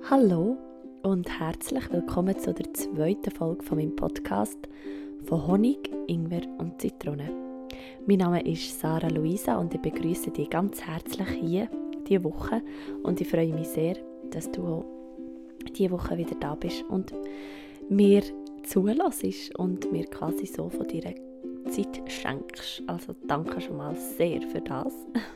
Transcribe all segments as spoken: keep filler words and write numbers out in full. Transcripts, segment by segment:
Hallo und herzlich willkommen zu der zweiten Folge von meinem Podcast von Honig, Ingwer und Zitrone. Mein Name ist Sarah Luisa und ich begrüße dich ganz herzlich hier diese Woche und ich freue mich sehr, dass du auch diese Woche wieder da bist und mir zulässt und mir quasi so von deiner Zeit schenkst. Also danke schon mal sehr für das.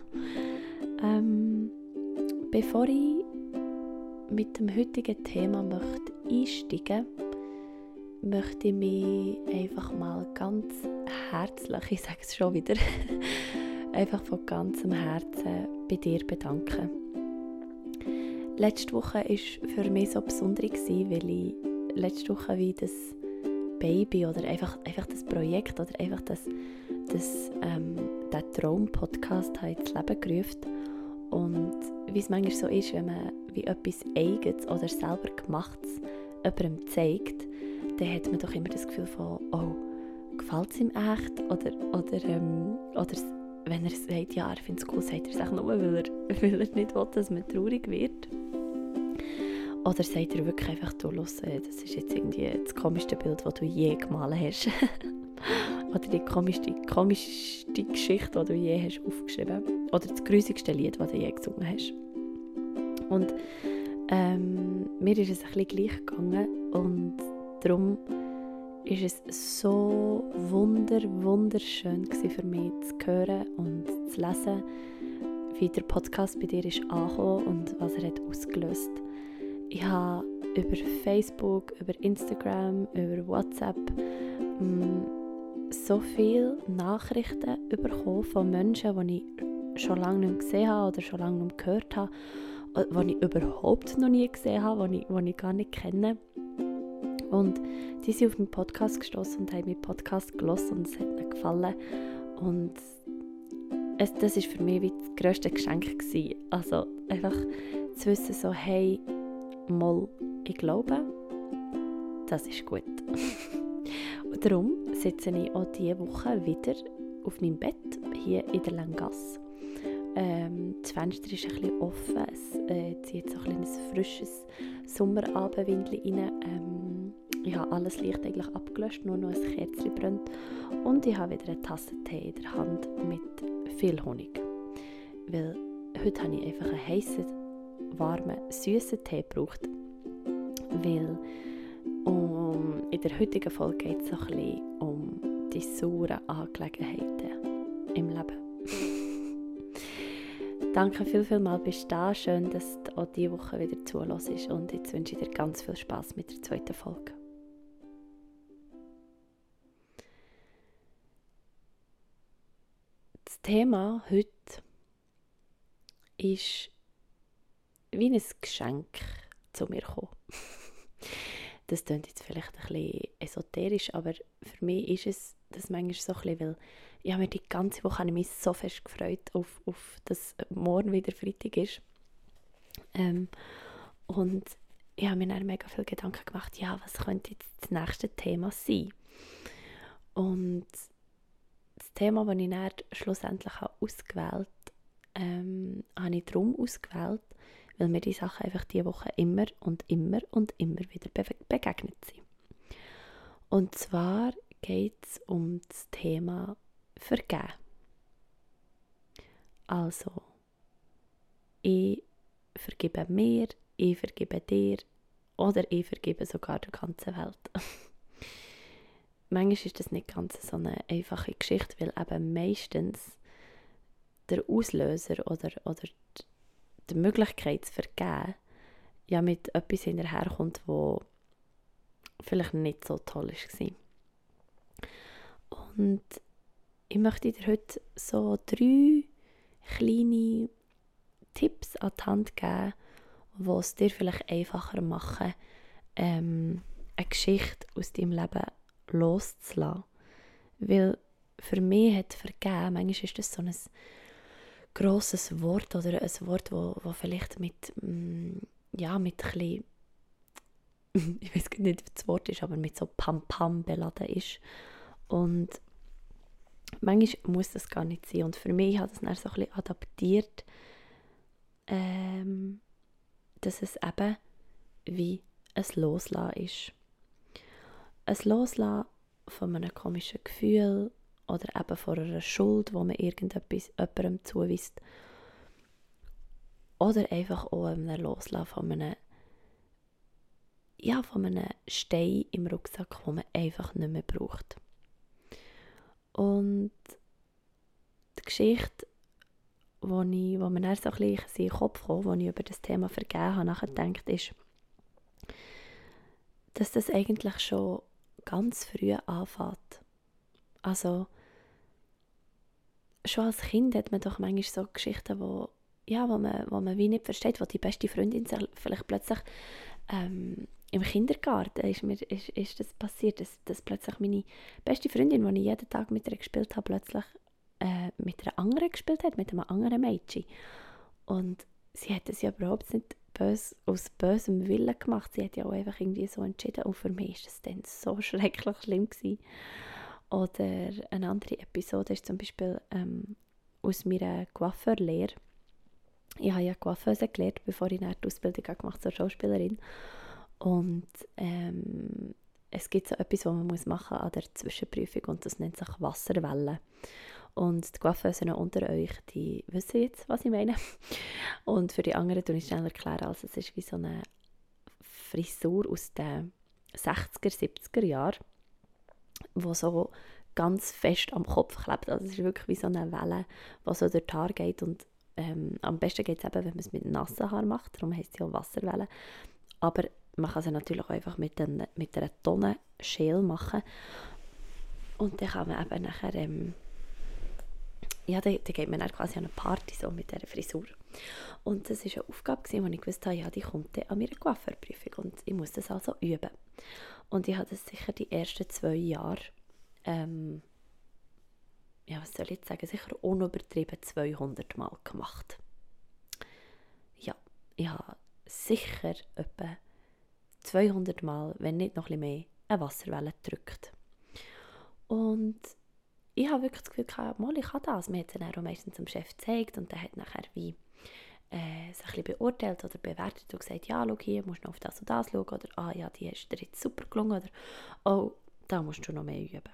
ähm, bevor ich mit dem heutigen Thema möchte einsteigen, möchte ich mich einfach mal ganz herzlich, ich sage es schon wieder, einfach von ganzem Herzen bei dir bedanken. Letzte Woche war für mich so besonders, weil ich letzte Woche wie das Baby oder einfach, einfach das Projekt oder einfach das, das, ähm, den Traum-Podcast ins Leben gerufen. Und wie es manchmal so ist, wenn man wie etwas Eigenes oder selber Gemachtes jemandem zeigt, dann hat man doch immer das Gefühl von, oh, gefällt es ihm echt? Oder, oder, ähm, oder wenn er sagt, ja, er findet es cool, sagt er es auch nur, weil er, weil er nicht will, dass man traurig wird. Oder sagt er wirklich einfach, du, los, das ist jetzt irgendwie das komischste Bild, das du je gemalt hast. Oder die komischste, komischste Geschichte, die du je hast aufgeschrieben hast. Oder das grusigste Lied, das du je gesungen hast. Und ähm, mir ist es ein bisschen gleich gegangen. Und darum ist es so wunder, wunderschön gewesen für mich zu hören und zu lesen, wie der Podcast bei dir ist angekommen und was er hat ausgelöst. Ich habe über Facebook, über Instagram, über WhatsApp mh, so viele Nachrichten bekommen von Menschen, die ich schon lange nicht gesehen habe oder schon lange nicht gehört habe, die ich überhaupt noch nie gesehen habe, die ich, die ich gar nicht kenne. Und die sind auf meinen Podcast gestoßen und haben meinen Podcast gehört und es hat mir gefallen. Und es, das war für mich wie das grösste Geschenk gewesen. Also einfach zu wissen, so, hey, mal, ich glaube, das ist gut. Und darum sitze ich auch diese Woche wieder auf meinem Bett, hier in der Langasse. Ähm, das Fenster ist ein bisschen offen, es äh, zieht so ein kleines frisches Sommerabendwindchen rein. Ähm, ich habe alles Licht eigentlich abgelöscht, nur noch ein Kerzchen brennt. Und ich habe wieder eine Tasse Tee in der Hand mit viel Honig. Weil heute habe ich einfach einen heissen, warmen, süßen Tee gebraucht. Weil um, in der heutigen Folge geht es so ein bisschen um die sauren Angelegenheiten im Leben. Danke viel, viel mal, bist du da. Schön, dass du auch diese Woche wieder zuhörst und jetzt wünsche ich dir ganz viel Spass mit der zweiten Folge. Das Thema heute ist wie ein Geschenk zu mir gekommen. Das klingt jetzt vielleicht ein bisschen esoterisch, aber für mich ist es das manchmal so ein bisschen, weil ich habe mir die ganze Woche mich so fest gefreut, auf, auf dass morgen wieder Freitag ist. Ähm, und ich habe mir dann mega viele Gedanken gemacht, ja, was könnte jetzt das nächste Thema sein? Und das Thema, das ich dann schlussendlich ausgewählt habe, ähm, habe ich darum ausgewählt, weil mir die Sachen einfach diese Woche immer und immer und immer wieder be- begegnet sind. Und zwar geht es um das Thema Vergeben. Also, ich vergebe mir, ich vergebe dir oder ich vergebe sogar der ganzen Welt. Manchmal ist das nicht ganz so eine einfache Geschichte, weil eben meistens der Auslöser oder, oder die Möglichkeit zu vergeben ja mit etwas hinterherkommt, das vielleicht nicht so toll war. Und ich möchte dir heute so drei kleine Tipps an die Hand geben, die es dir vielleicht einfacher machen, ähm, eine Geschichte aus deinem Leben loszulassen. Weil für mich hat Vergeben, manchmal ist das so ein grosses Wort oder ein Wort, wo, wo vielleicht mit, mm, ja, mit ein bisschen, ich weiß nicht, was das Wort ist, aber mit so Pam-Pam beladen ist. Und manchmal muss das gar nicht sein. Und für mich hat es dann so ein bisschen adaptiert, ähm, dass es eben wie ein Loslassen ist. Ein Loslassen von einem komischen Gefühl oder eben von einer Schuld, wo man irgendetwas jemandem zuweist. Oder einfach auch einem Loslassen von einem, ja, von einem Stein im Rucksack, den man einfach nicht mehr braucht. Und die Geschichte, wo, ich, wo mir dann so ein bisschen in den Kopf kam, als ich über das Thema Vergeben habe, nachgedacht, ist, dass das eigentlich schon ganz früh anfängt. Also, schon als Kind hat man doch manchmal so Geschichten, wo, ja, wo, man, wo man wie nicht versteht, wo die beste Freundin sich vielleicht plötzlich ähm, im Kindergarten ist, mir, ist, ist das passiert, dass, dass plötzlich meine beste Freundin, die ich jeden Tag mit ihr gespielt habe, plötzlich äh, mit einer anderen gespielt hat, mit einem anderen Mädchen. Und sie hat es ja überhaupt nicht bös, aus bösem Willen gemacht. Sie hat ja auch einfach irgendwie so entschieden. Und für mich war das dann so schrecklich schlimm gewesen. Oder eine andere Episode ist zum Beispiel ähm, aus meiner Coiffeur-Lehre. Ich habe ja Coiffeuse gelernt, bevor ich eine Ausbildung gemacht habe zur Schauspielerin. Und ähm, es gibt so etwas, was man muss machen an der Zwischenprüfung, und das nennt sich Wasserwelle. Und die Coiffeusen unter euch, die wissen jetzt, was ich meine. Und für die anderen erkläre ich schnell erklären, also es ist wie so eine Frisur aus den sechziger, siebziger Jahren, die so ganz fest am Kopf klebt. Also es ist wirklich wie so eine Welle, die so durch die Haare geht. Und ähm, am besten geht es eben, wenn man es mit nassen Haaren macht. Darum heisst es ja Wasserwelle. Aber man kann es natürlich auch einfach mit, den, mit einer Tonne Schäl machen. Und dann kann man eben nachher... Ähm, ja, dann, dann geht man dann quasi an eine Party so mit dieser Frisur. Und das war eine Aufgabe, wo ich wusste, ja, die kommt dann an meiner Coiffeurprüfung und ich muss das also üben. Und ich habe das sicher die ersten zwei Jahre, ähm, ja, was soll ich jetzt sagen, sicher unübertrieben zweihundert Mal gemacht. Ja, ich habe sicher etwa zweihundert Mal, wenn nicht noch ein bisschen mehr, eine Wasserwelle gedrückt. Und ich habe wirklich das Gefühl gehabt, mal, ich kann das. Man hat es dann auch meistens dem Chef gezeigt und der hat nachher wie äh, sich ein bisschen beurteilt oder bewertet und gesagt, ja, schau hier, musst du noch auf das und das schauen, oder ah ja, die ist dir jetzt super gelungen, oder oh, da musst du noch mehr üben.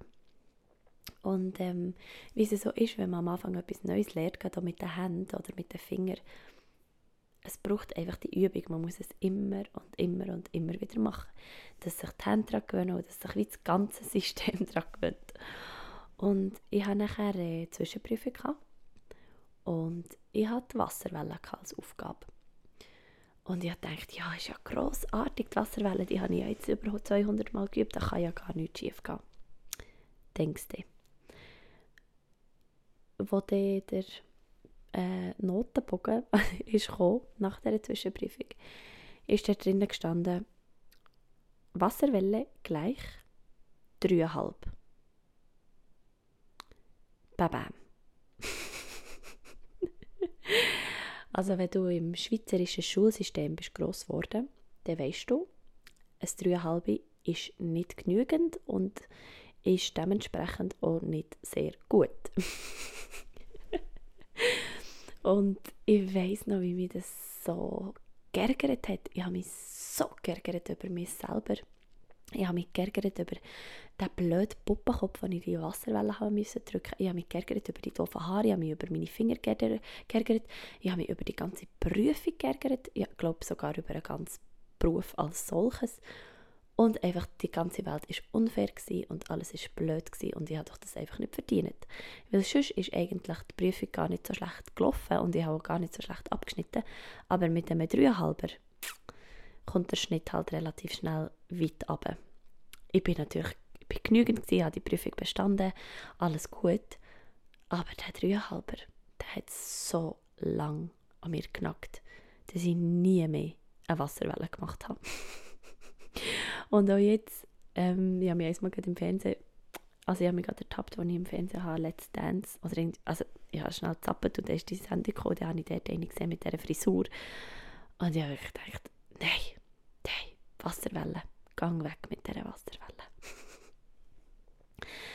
Und ähm, wie es so ist, wenn man am Anfang etwas Neues lernt, gerade auch mit den Händen oder mit den Fingern, es braucht einfach die Übung, man muss es immer und immer und immer wieder machen, dass sich die Hände daran gewöhnen und dass sich wie das ganze System daran gewöhnt. Und ich hatte nachher eine Zwischenprüfung gehabt. Und ich hatte die Wasserwelle als Aufgabe. Und ich dachte, ja, ist ja grossartig, die Wasserwelle, die habe ich ja jetzt über zweihundert Mal geübt, da kann ja gar nichts schief gehen. Denkst du? Wo dann der äh, Notenbogen ist gekommen, nach dieser Zwischenprüfung, ist da drinnen gestanden, Wasserwelle gleich drei Komma fünf. Bam. Also wenn du im schweizerischen Schulsystem bist gross geworden, dann weisst du, ein drei Komma fünf ist nicht genügend und ist dementsprechend auch nicht sehr gut. Und ich weiss noch, wie mich das so geärgert hat. Ich habe mich so geärgert über mich selber. Ich habe mich geärgert über den blöden Puppenkopf, den ich in die Wasserwelle haben musste drücken. Ich habe mich geärgert über die doofen Haare, ich habe mich über meine Finger geärgert. Ich habe mich über die ganze Prüfung geärgert. Ich glaube sogar über den ganzen Beruf als solches. Und einfach die ganze Welt war unfair und alles war blöd und ich habe doch das einfach nicht verdient. Weil sonst ist eigentlich die Prüfung gar nicht so schlecht gelaufen und ich habe auch gar nicht so schlecht abgeschnitten. Aber mit einem drei Komma fünf kommt der Schnitt halt relativ schnell weit runter. Ich bin natürlich ich bin genügend gewesen, habe die Prüfung bestanden, alles gut. Aber der drei Komma fünf, der hat so lang an mir genackt, dass ich nie mehr eine Wasserwelle gemacht habe. Und auch jetzt, ähm, ich habe mich einmal im Fernsehen, also ich habe mich gerade ertappt, als ich im Fernsehen habe, Let's Dance, oder also ich habe schnell gezappt und dann ist dieses Handy gekommen, dann habe ich dort eine gesehen mit dieser Frisur. Und ich habe gedacht, nein, nein, Wasserwelle, gang weg mit dieser Wasserwelle.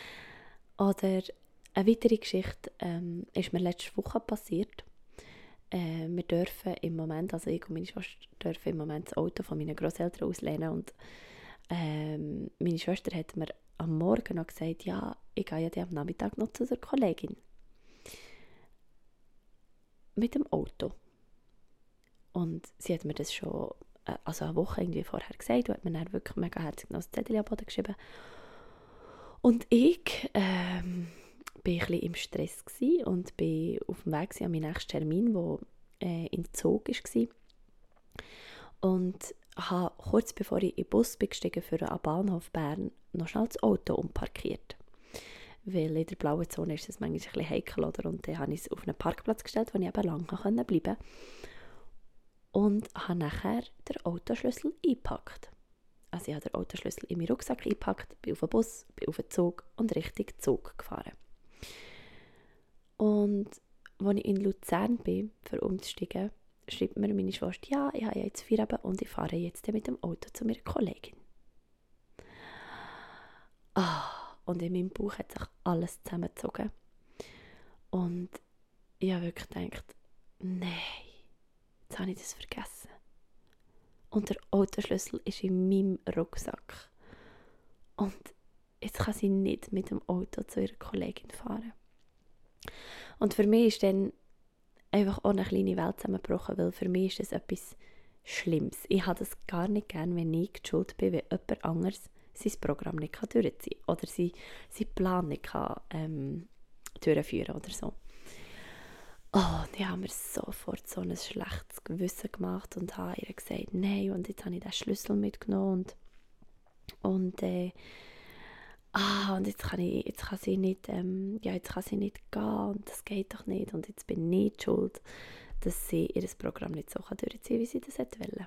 Oder eine weitere Geschichte ähm, ist mir letzte Woche passiert. äh, wir dürfen im Moment, also ich und meine Schwester dürfen im Moment das Auto von meinen Grosseltern auslehnen und ähm, meine Schwester hat mir am Morgen noch gesagt, ja, ich gehe ja am Nachmittag noch zu der Kollegin. Mit dem Auto. Und sie hat mir das schon äh, also eine Woche irgendwie vorher gesagt und hat mir dann wirklich mega herzig noch ein Zettel am Boden geschrieben. Und ich ähm, bin ein bisschen im Stress gsi und bin auf dem Weg an meinen nächsten Termin, der äh, in Zug war. Und habe kurz bevor ich in den Bus bin gestiegen für den Bahnhof Bern noch schnell das Auto umparkiert. Weil in der blauen Zone ist es manchmal ein bisschen heikel, oder? Und dann habe ich es auf einen Parkplatz gestellt, wo ich eben lange bleiben konnte. Und habe nachher den Autoschlüssel eingepackt. Also ich habe den Autoschlüssel in meinen Rucksack eingepackt, bin auf den Bus, bin auf den Zug und Richtung Zug gefahren. Und als ich in Luzern bin, für umzusteigen, schreibt mir meine Schwester, ja, ich habe jetzt Feierabend und ich fahre jetzt mit dem Auto zu meiner Kollegin. Ah, und in meinem Bauch hat sich alles zusammengezogen. Und ich habe wirklich gedacht, nein, jetzt habe ich das vergessen. Und der Autoschlüssel ist in meinem Rucksack. Und jetzt kann sie nicht mit dem Auto zu ihrer Kollegin fahren. Und für mich ist dann einfach auch eine kleine Welt zusammengebrochen, weil für mich ist das etwas Schlimmes. Ich habe das gar nicht gern, wenn ich die Schuld bin, wenn jemand anderes sein Programm nicht durchziehen kann oder sein, sein Plan nicht kann, ähm, durchführen oder so. Oh, und ich habe mir sofort so ein schlechtes Gewissen gemacht und habe ihr gesagt, nein, und jetzt habe ich den Schlüssel mitgenommen und, und äh, ah, und jetzt kann, ich, jetzt kann sie nicht, ähm, ja, jetzt kann sie nicht gehen und das geht doch nicht und jetzt bin ich die schuld, dass sie ihr Programm nicht so kann durchziehen kann, wie sie das wollte.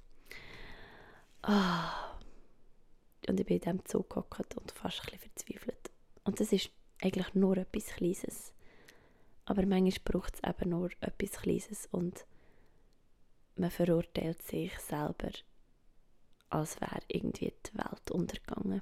Ah, und ich bin in diesem Zug gehockt und fast ein bisschen verzweifelt. Und das ist eigentlich nur etwas Kleines. Aber manchmal braucht es eben nur etwas Kleines und man verurteilt sich selber, als wäre irgendwie die Welt untergegangen.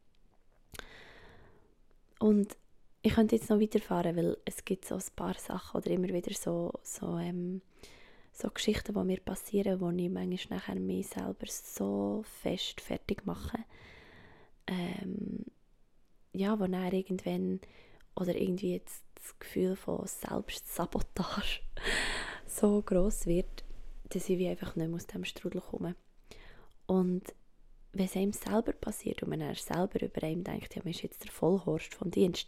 Und ich könnte jetzt noch weiterfahren, weil es gibt so ein paar Sachen oder immer wieder so, so, ähm, so Geschichten, die mir passieren, wo ich manchmal nachher mich selber so fest fertig mache. Ähm, ja, wo dann irgendwann oder irgendwie jetzt das Gefühl von Selbstsabotage so gross wird, dass ich wie einfach nicht mehr aus diesem Strudel komme. Und wenn es einem selber passiert und man dann selber über einem denkt, ja, man ist jetzt der Vollhorst vom Dienst,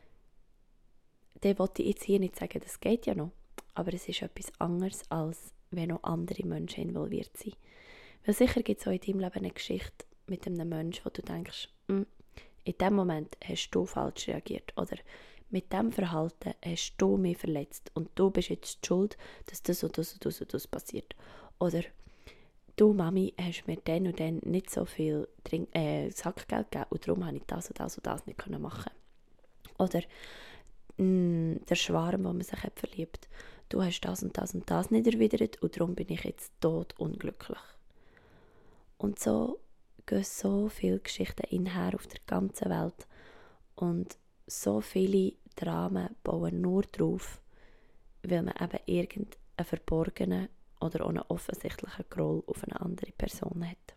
dann wollte ich jetzt hier nicht sagen, das geht ja noch. Aber es ist etwas anderes, als wenn noch andere Menschen involviert sind. Weil sicher gibt es auch in deinem Leben eine Geschichte mit einem Menschen, wo du denkst, in dem Moment hast du falsch reagiert oder mit diesem Verhalten hast du mich verletzt und du bist jetzt die schuld, dass das und das und das und das passiert. Oder du, Mami, hast mir dann und dann nicht so viel Trink- äh, Sackgeld gegeben und darum konnte ich das und das und das nicht machen. Oder mh, der Schwarm, wo man sich hat verliebt. Du hast das und das und das nicht erwidert und darum bin ich jetzt tot unglücklich. Und so gehen so viele Geschichten einher auf der ganzen Welt und so viele Dramen bauen nur drauf, weil man eben irgendeinen verborgenen oder auch einen offensichtlichen Groll auf eine andere Person hat.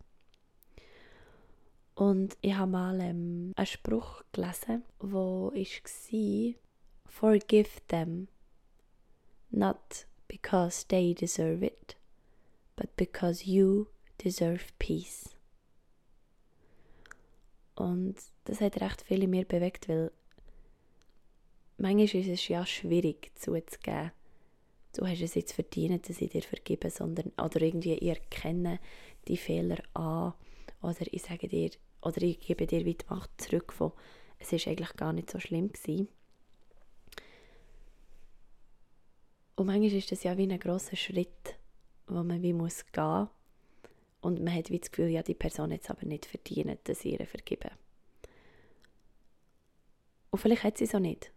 Und ich habe mal ähm, einen Spruch gelesen, wo war, forgive them, not because they deserve it, but because you deserve peace. Und das hat recht viel in mir bewegt, weil manchmal ist es ja schwierig zuzugeben, du hast es jetzt verdient, dass ich dir vergebe, sondern, oder irgendwie ich erkenne die Fehler an oder ich sage dir, oder ich gebe dir wie die Macht zurück, von es ist eigentlich gar nicht so schlimm gewesen. Und manchmal ist das ja wie ein grosser Schritt, wo man wie muss gehen und man hat wie das Gefühl, ja, die Person hat es aber nicht verdient, dass ich ihr vergebe. Und vielleicht hat sie es auch nicht.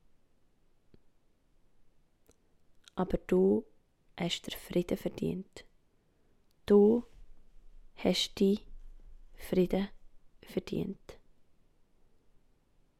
Aber du hast dir Frieden verdient. Du hast die Frieden verdient.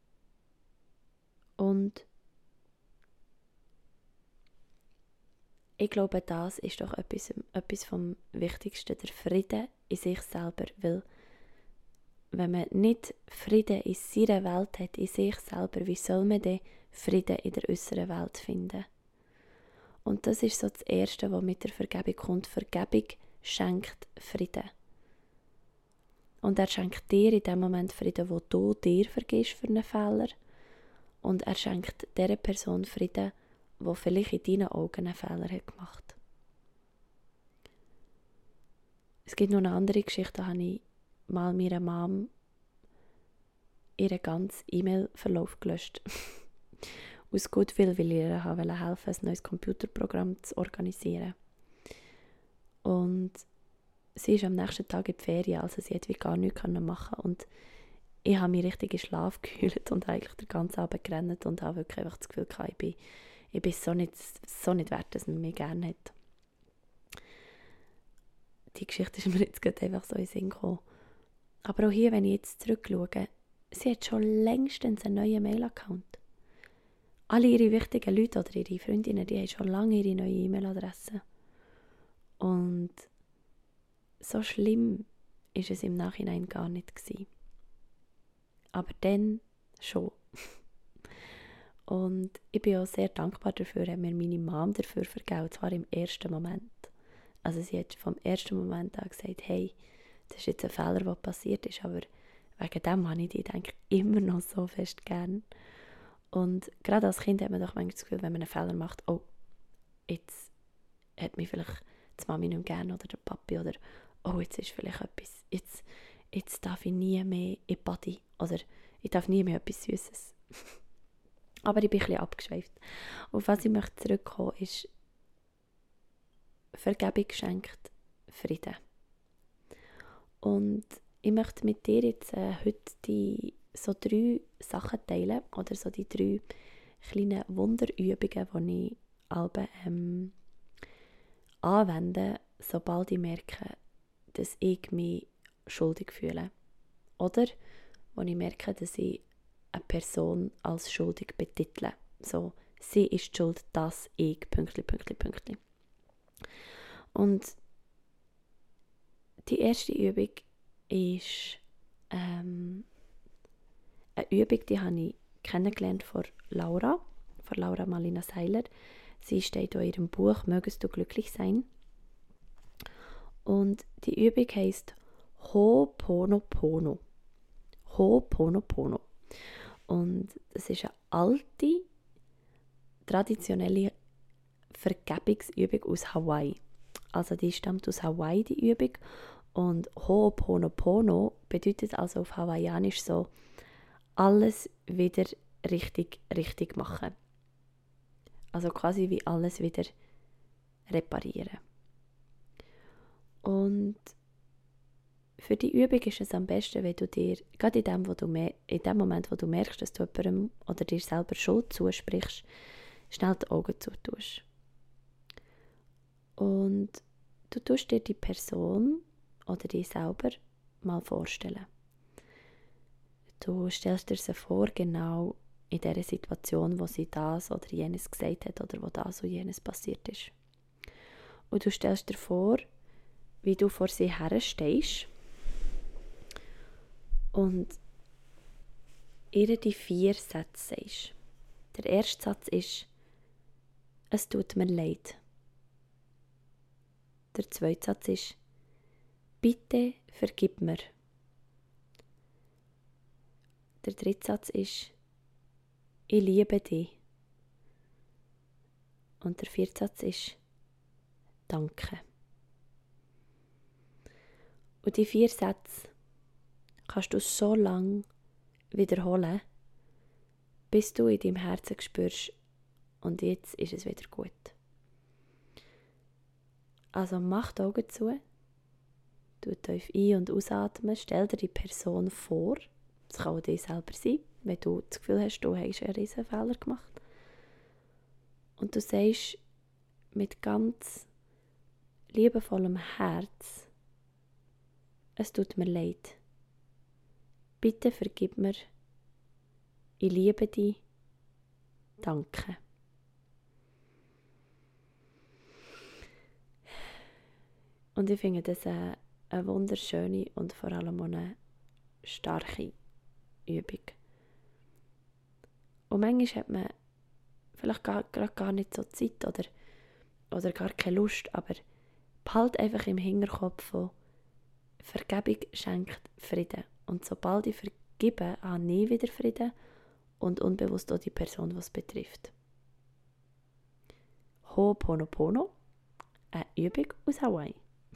Und ich glaube, das ist doch etwas, etwas vom Wichtigsten, der Frieden in sich selber, weil wenn man nicht Frieden in seiner Welt hat, in sich selber, wie soll man dann Frieden in der äußeren Welt finden? Und das ist so das Erste, was mit der Vergebung kommt. Vergebung schenkt Frieden. Und er schenkt dir in dem Moment Frieden, wo du dir vergisst für einen Fehler. Und er schenkt dieser Person Frieden, die vielleicht in deinen Augen einen Fehler hat gemacht. Es gibt noch eine andere Geschichte, da habe ich mal meiner Mom ihren ganzen E-Mail-Verlauf gelöscht. Aus Goodwill, weil ich ihr helfen wollte, ein neues Computerprogramm zu organisieren. Und sie ist am nächsten Tag in die Ferien, also sie hat wie gar nichts machen können. Und ich habe mich richtig in Schlaf gekühlt und eigentlich den ganzen Abend gerannt und habe wirklich einfach das Gefühl gehabt, ich bin, ich bin so, nicht, so nicht wert, dass man mich gerne hat. Die Geschichte ist mir jetzt gerade einfach so in den Sinn gekommen. Aber auch hier, wenn ich jetzt zurückschaue, sie hat schon längstens einen neuen Mail-Account. Alle ihre wichtigen Leute oder ihre Freundinnen, die haben schon lange ihre neue E-Mail-Adresse. Und so schlimm ist es im Nachhinein gar nicht gewesen. Aber dann schon. Und ich bin auch sehr dankbar dafür, hat mir meine Mom dafür vergeben, zwar im ersten Moment. Also sie hat vom ersten Moment an gesagt, hey, das ist jetzt ein Fehler, der passiert ist, aber wegen dem habe ich die, denke ich, immer noch so fest gern. Und gerade als Kind hat man doch manchmal das Gefühl, wenn man einen Fehler macht, oh, jetzt hat mich vielleicht die Mami nicht mehr gern oder der Papi oder oh, jetzt ist vielleicht etwas, jetzt, jetzt darf ich nie mehr in die Body oder ich darf nie mehr etwas Süßes. Aber ich bin ein bisschen abgeschweift. Auf was ich möchte zurückkommen ist, Vergebung schenkt Frieden. Und ich möchte mit dir jetzt äh, heute die so drei Sachen teilen oder so die drei kleinen Wunderübungen, die ich alle, ähm, anwende, sobald ich merke, dass ich mich schuldig fühle. Oder wo ich merke, dass ich eine Person als schuldig betitle. So, sie ist schuld, dass ich, Pünktli, Pünktli, Pünktli. Und die erste Übung ist ähm, eine Übung, die habe ich kennengelernt von Laura, von Laura Marlina Seiler. Sie steht in ihrem Buch «Mögest du glücklich sein». Und die Übung heisst Ho'oponopono. Ho'oponopono. Und das ist eine alte, traditionelle Vergebungsübung aus Hawaii. Also die stammt aus Hawaii, die Übung. Und Ho'oponopono bedeutet also auf Hawaiianisch so, alles wieder richtig, richtig machen. Also quasi wie alles wieder reparieren. Und für die Übung ist es am besten, wenn du dir, gerade in dem, wo du mer- in dem Moment, wo du merkst, dass du jemandem oder dir selber Schuld zusprichst, schnell die Augen zutust. Und du tust dir die Person oder dich selber mal vorstellen. Du stellst dir sie vor, genau in dieser Situation, wo sie das oder jenes gesagt hat oder wo das oder jenes passiert ist. Und du stellst dir vor, wie du vor sie herstehst und ihr die vier Sätze sagst. Der erste Satz ist, es tut mir leid. Der zweite Satz ist, bitte vergib mir. Der dritte Satz ist, ich liebe dich. Und der vierte Satz ist, danke. Und die vier Sätze kannst du so lange wiederholen, bis du in deinem Herzen spürst, und jetzt ist es wieder gut. Also mach die Augen zu, tu tief ein- und ausatmen, stell dir die Person vor, das kann auch dir selber sein, wenn du das Gefühl hast, du hast einen riesen Fehler gemacht. Und du sagst mit ganz liebevollem Herz, es tut mir leid. Bitte vergib mir. Ich liebe dich. Danke. Und ich finde das eine, eine wunderschöne und vor allem auch eine starke Übung. Und manchmal hat man vielleicht gar, gar, gar nicht so Zeit oder, oder gar keine Lust, aber behalt einfach im Hinterkopf von Vergebung schenkt Frieden. Und sobald ich vergebe, habe ich wieder Frieden und unbewusst auch die Person, die es betrifft. Ho'oponopono, eine Übung aus Hawaii.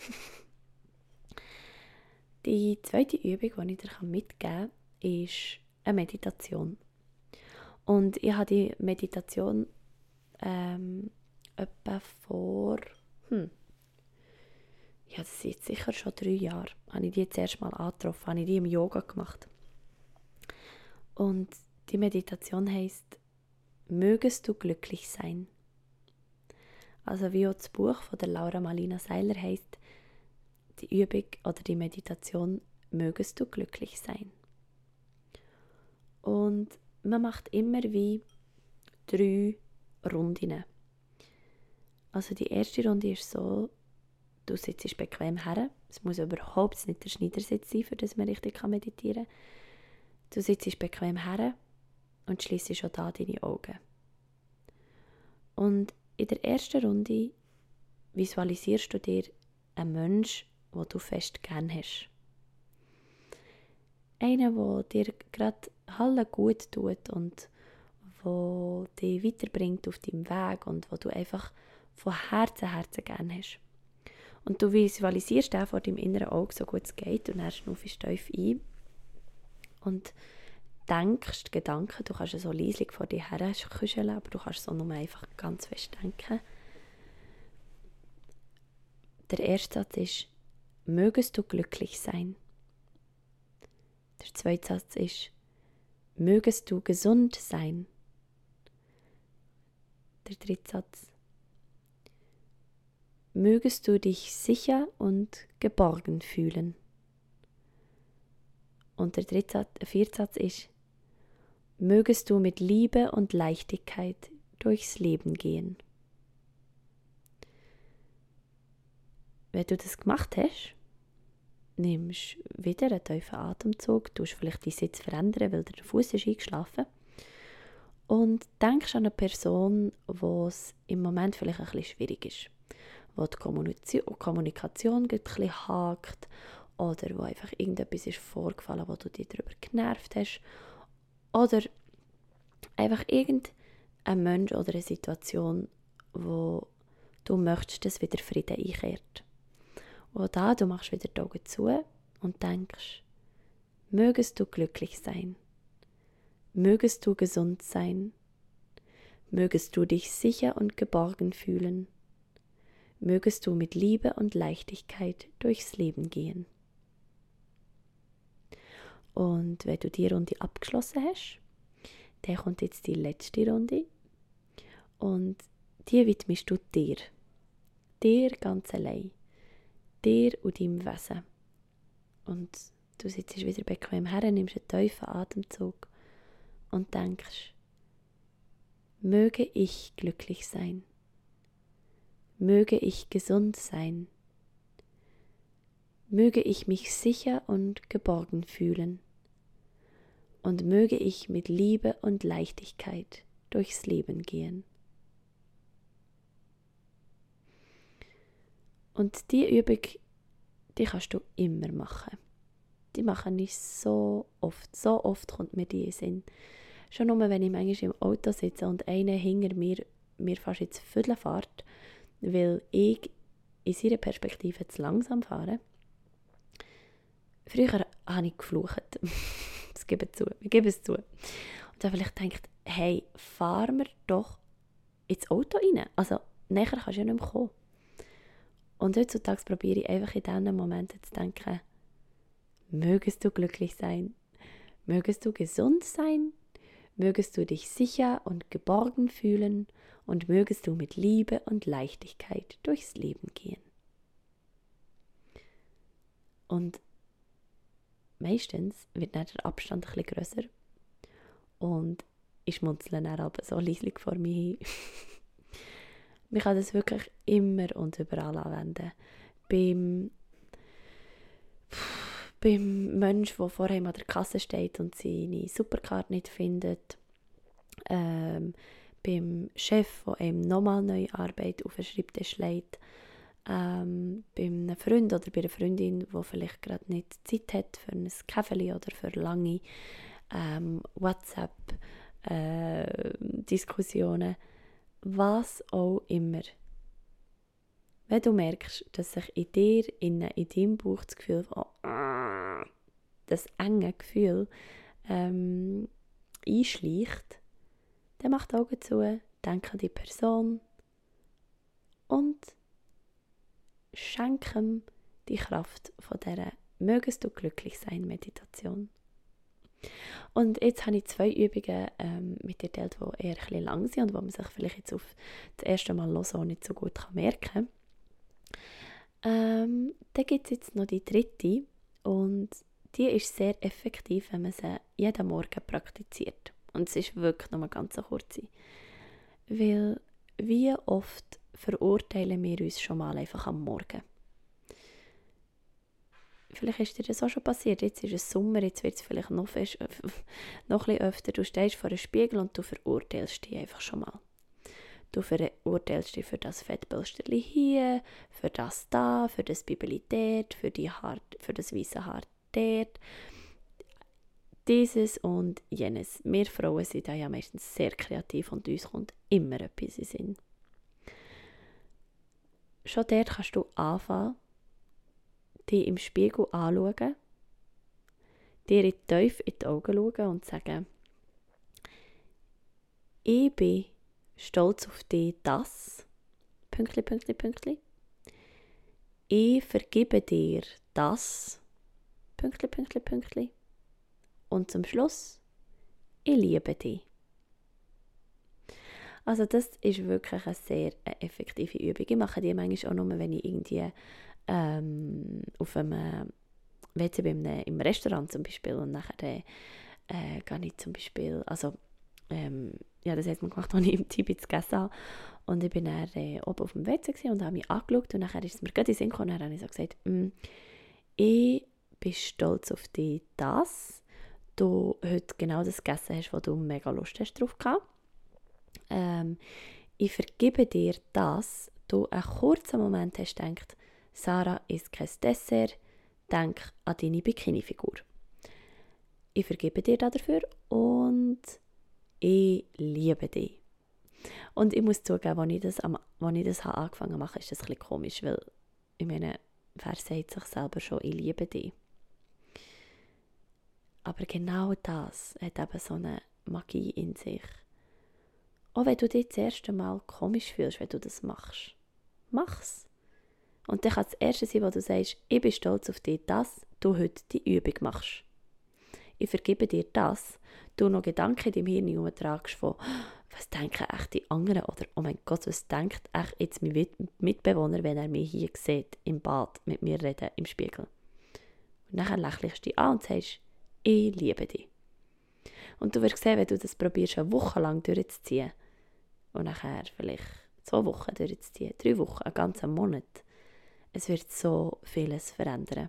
Die zweite Übung, die ich dir mitgeben kann, ist eine Meditation. Und ich habe die Meditation ähm, etwa vor, hm, ja, das sind jetzt sicher schon drei Jahre, habe ich die jetzt erst mal angetroffen, habe ich die im Yoga gemacht. Und die Meditation heisst, mögest du glücklich sein. Also wie auch das Buch von der Laura Marlina Seiler heisst, die Übung oder die Meditation, mögest du glücklich sein. Und man macht immer wie drei Runden. Also die erste Runde ist so, du sitzt bequem her. Es muss überhaupt nicht der Schneidersitz sein, für das man richtig meditieren kann. Du sitzt bequem her und schliessest schon da deine Augen. Und in der ersten Runde visualisierst du dir einen Menschen, den du fest gerne hast. Einen, der dir gerade alle gut tut und der dich weiterbringt auf deinem Weg und wo du einfach von Herzen, Herzen gerne hast. Und du visualisierst den vor deinem inneren Auge, so gut es geht, und dann schnaufst du tief ein und denkst Gedanken, du kannst so leislich vor dir her kuscheln, aber du kannst so nur einfach ganz fest denken. Der erste Satz ist, mögest du glücklich sein. Der zweite Satz ist, mögest du gesund sein. Der dritte Satz, mögest du dich sicher und geborgen fühlen. Und der dritte Satz, der vierte Satz ist, mögest du mit Liebe und Leichtigkeit durchs Leben gehen. Wenn du das gemacht hast, nimmst du wieder einen tiefen Atemzug, tust vielleicht deinen Sitz verändern, weil der Fuß ist eingeschlafen und denkst an eine Person, wo es im Moment vielleicht ein bisschen schwierig ist, wo die Kommunikation, Kommunikation ein bisschen hakt oder wo einfach irgendetwas ist vorgefallen, wo du dich darüber genervt hast oder einfach irgendein Mensch oder eine Situation, wo du möchtest, dass wieder Frieden einkehrt. Und da, du machst wieder die Augen zu und denkst, mögest du glücklich sein, mögest du gesund sein, mögest du dich sicher und geborgen fühlen, mögest du mit Liebe und Leichtigkeit durchs Leben gehen. Und wenn du die Runde abgeschlossen hast, dann kommt jetzt die letzte Runde und die widmest du dir, dir ganz allein. Dir und deinem Wesen. Und du sitzt wieder bequem her, nimmst einen tiefen Atemzug und denkst, möge ich glücklich sein, möge ich gesund sein, möge ich mich sicher und geborgen fühlen und möge ich mit Liebe und Leichtigkeit durchs Leben gehen. Und diese Übung, die kannst du immer machen. Die mache ich so oft. So oft kommt mir die in den Sinn. Schon nur, wenn ich manchmal im Auto sitze und einer hinter mir, mir fast ins Viertel fährt, weil ich in seiner Perspektive zu langsam fahre. Früher habe ich geflucht. Das gebe ich zu. Ich gebe es zu. Und dann vielleicht denkt, hey, fahren wir doch ins Auto rein. Also, näher kannst du ja nicht mehr kommen. Und heutzutage probiere ich einfach in diesen Momenten zu denken, mögest du glücklich sein, mögest du gesund sein, mögest du dich sicher und geborgen fühlen und mögest du mit Liebe und Leichtigkeit durchs Leben gehen. Und meistens wird dann der Abstand ein bisschen grösser und ich schmunzle dann aber so leislich vor mir hin. Man kann das wirklich immer und überall anwenden. beim, beim Menschen, der vor ihm an der Kasse steht und seine Supercard nicht findet, ähm, beim Chef, der ihm nochmal neue Arbeit auf den Schreibtisch legt, ähm, bei einem Freund oder bei einer Freundin, die vielleicht gerade nicht Zeit hat für ein Käferli oder für lange ähm, WhatsApp-Diskussionen, äh, was auch immer. Wenn du merkst, dass sich in dir, in, in deinem Bauch das Gefühl von oh, das enge Gefühl ähm, einschleicht, dann mach die Augen zu, denk an die Person und schenk ihm die Kraft von dieser «Mögest du glücklich sein» Meditation. Und jetzt habe ich zwei Übungen ähm, mit dir geteilt, die eher ein bisschen lang sind und die man sich vielleicht jetzt auf das erste Mal hören auch nicht so gut kann merken kann. Ähm, dann gibt es jetzt noch die dritte und die ist sehr effektiv, wenn man sie jeden Morgen praktiziert. Und es ist wirklich nur eine ganz kurze. Weil wie oft verurteilen wir uns schon mal einfach am Morgen. Vielleicht ist dir das auch schon passiert. Jetzt ist es Sommer, jetzt wird es vielleicht noch, fest, noch ein bisschen öfter. Du stehst vor einem Spiegel und du verurteilst dich einfach schon mal. Du verurteilst dich für das Fettpölsterli hier, für das da, für das Bibeli dort, für, die Haar, für das weiße Haar dort. Dieses und jenes. Wir Frauen sind ja meistens sehr kreativ und uns kommt immer etwas in den Sinn. Schon dort kannst du anfangen, dich im Spiegel anschauen, dir in tief in die Augen schauen und sagen, ich bin stolz auf dich, das, Pünktli, Pünktli, Pünktli. Ich vergebe dir das, Pünktli, Pünktli, Pünktli. Und zum Schluss, ich liebe dich. Also das ist wirklich eine sehr effektive Übung. Ich mache die manchmal auch nur, wenn ich irgendwie ähm, auf einem W C bin, im Restaurant zum Beispiel und nachher äh, gehe ich zum Beispiel, also ähm, ja, das hat man gemacht, als ich im Tibet gegessen habe und ich bin dann äh, oben auf dem W C und habe mich angeschaut und nachher ist es mir gerade in den Sinn gekommen und dann habe ich so gesagt, mm, ich bin stolz auf dich, dass du heute genau das gegessen hast, wo du mega Lust hast drauf gehabt. Ähm, ich vergebe dir, dass du einen kurzen Moment hast gedacht, Sarah isst kein Dessert, denk an deine Bikini-Figur. Ich vergebe dir dafür und ich liebe dich. Und ich muss zugeben, als ich das, als ich das angefangen habe machen, ist das ein bisschen komisch, weil ich meine, wer sagt sich selber schon, ich liebe dich. Aber genau das hat eben so eine Magie in sich. Auch wenn du dich das erste Mal komisch fühlst, wenn du das machst, mach's. Und dann kann das Erste sein, wo du sagst, ich bin stolz auf dich, dass du heute die Übung machst. Ich vergebe dir das, du noch Gedanken in deinem Hirn herumtragst von, was denken echt die anderen? Oder, oh mein Gott, was denkt echt jetzt mein Mitbewohner, wenn er mich hier sieht, im Bad, mit mir reden, im Spiegel. Und dann lächelst du dich an und sagst, ich liebe dich. Und du wirst sehen, wenn du das probierst, eine Woche lang durchzuziehen, und nachher vielleicht zwei Wochen durchzuziehen, drei Wochen, einen ganzen Monat, es wird so vieles verändern.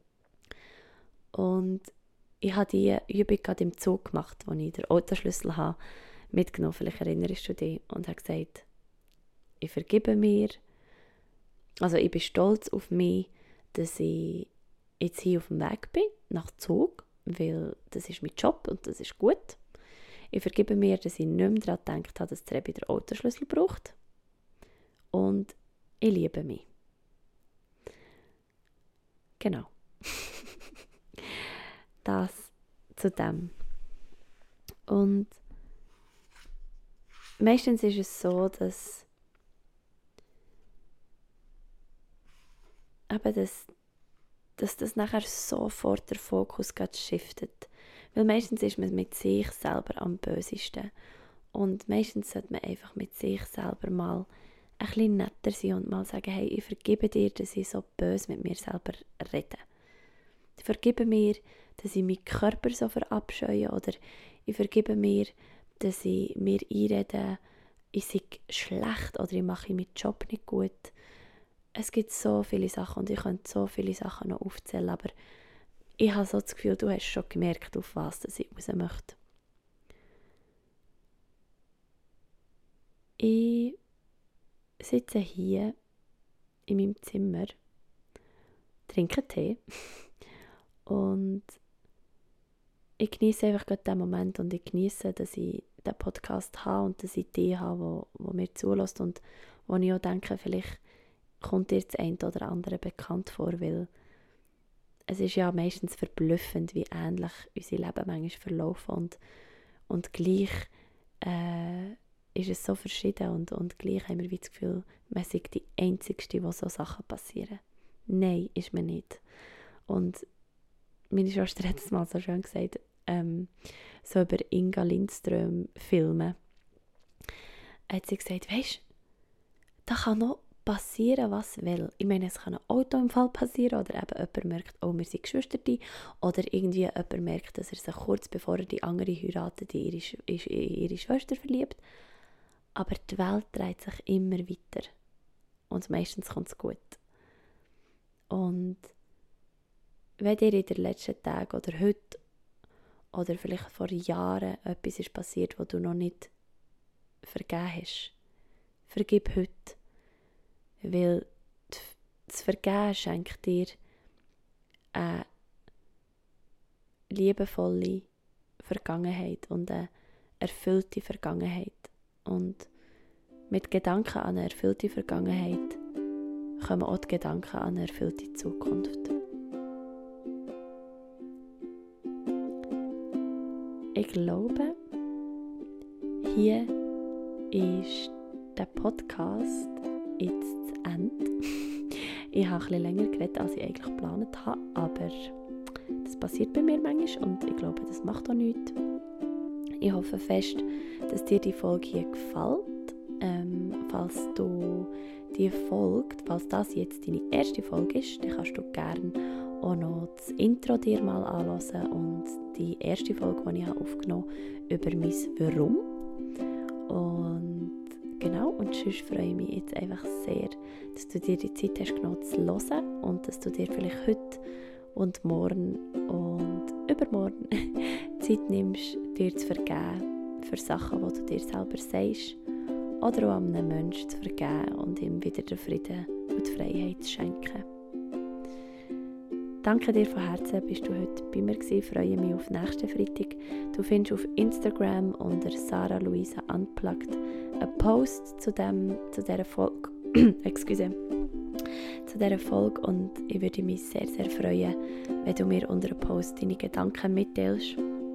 Und ich habe diese Übung gerade im Zug gemacht, wo ich den Autoschlüssel habe mitgenommen, vielleicht erinnerst du dich, und habe gesagt, ich vergebe mir, also ich bin stolz auf mich, dass ich jetzt hier auf dem Weg bin, nach Zug, weil das ist mein Job und das ist gut. Ich vergebe mir, dass ich nicht mehr daran gedacht habe, dass der Rebi den Autoschlüssel braucht. Und ich liebe mich. Genau. Das zu dem. Und meistens ist es so, dass eben das, dass das nachher sofort der Fokus shiftet. Weil meistens ist man mit sich selber am bösesten. Und meistens sollte man einfach mit sich selber mal ein bisschen netter sein und mal sagen, hey, ich vergebe dir, dass ich so böse mit mir selber rede. Ich vergebe mir, dass ich meinen Körper so verabscheue, oder ich vergebe mir, dass ich mir einrede, ich sei schlecht oder ich mache meinen Job nicht gut. es gibt so viele Sachen und ich könnte so viele Sachen noch aufzählen, aber ich habe so das Gefühl, du hast schon gemerkt, auf was ich raus möchte. Ich sitze hier in meinem Zimmer, trinke Tee und ich genieße einfach gerade den Moment und ich genieße, dass ich den Podcast habe und dass ich die habe, wo, wo mir zulässt und wo ich auch denke, vielleicht kommt dir das eine oder andere bekannt vor, weil es ist ja meistens verblüffend, wie ähnlich unsere Leben manchmal verlaufen und, und gleich äh, ist es so verschieden und, und gleich haben wir wie das Gefühl, man sei die Einzigste, wo so Sachen passieren. Nein, ist man nicht. Und meine Schwester hat es mal so schön gesagt, ähm, so über Inga Lindström Filme, hat sie gesagt, weisst, da kann noch passieren, was will. Ich meine, es kann ein Autounfall passieren oder eben jemand merkt, oh, wir sind Geschwister, oder irgendwie jemand merkt, dass er sich kurz bevor er die andere heiratet, in ihre, in ihre Schwester verliebt. Aber die Welt dreht sich immer weiter. Und meistens kommt es gut. Und wenn dir in den letzten Tagen oder heute oder vielleicht vor Jahren etwas ist passiert, was du noch nicht vergeben hast, vergib heute. Weil das Vergeben schenkt dir eine liebevolle Vergangenheit und eine erfüllte Vergangenheit. Und mit Gedanken an eine erfüllte Vergangenheit kommen auch die Gedanken an eine erfüllte Zukunft. Ich glaube, hier ist der Podcast jetzt zu Ende. Ich habe ein bisschen länger geredet, als ich eigentlich geplant habe, aber das passiert bei mir manchmal und ich glaube, das macht auch nichts. Ich hoffe fest, dass dir die Folge hier gefällt. Ähm, falls du die Folge, falls das jetzt deine erste Folge ist, dann kannst du gerne auch noch das Intro dir mal anhören und die erste Folge, die ich aufgenommen habe, über mein Warum. Und genau, und sonst freue ich mich jetzt einfach sehr, dass du dir die Zeit hast genommen zu hören und dass du dir vielleicht heute und morgen und übermorgen Zeit nimmst, dir zu vergeben für Sachen, die du dir selber sagst oder auch einem Menschen zu vergeben und ihm wieder den Frieden und die Freiheit zu schenken. Danke dir von Herzen, bist du heute bei mir gewesen. Ich freue mich auf nächsten Freitag. Du findest auf Instagram unter Sarah Luisa Unplugged einen Post zu, dem, zu dieser Folge. Excuse. zu dieser Folge und ich würde mich sehr, sehr freuen, wenn du mir unter einem Post deine Gedanken mitteilst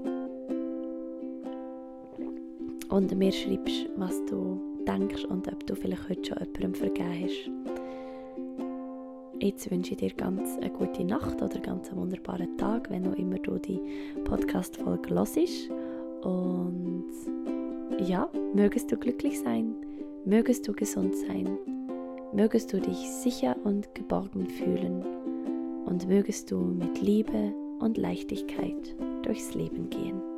und mir schreibst, was du denkst und ob du vielleicht heute schon jemandem vergeben hast. Jetzt wünsche ich dir ganz eine gute Nacht oder ganz einen wunderbaren Tag, wenn auch immer du die Podcast-Folge hörst. Und ja, mögest du glücklich sein, mögest du gesund sein, mögest du dich sicher und geborgen fühlen und mögest du mit Liebe und Leichtigkeit durchs Leben gehen.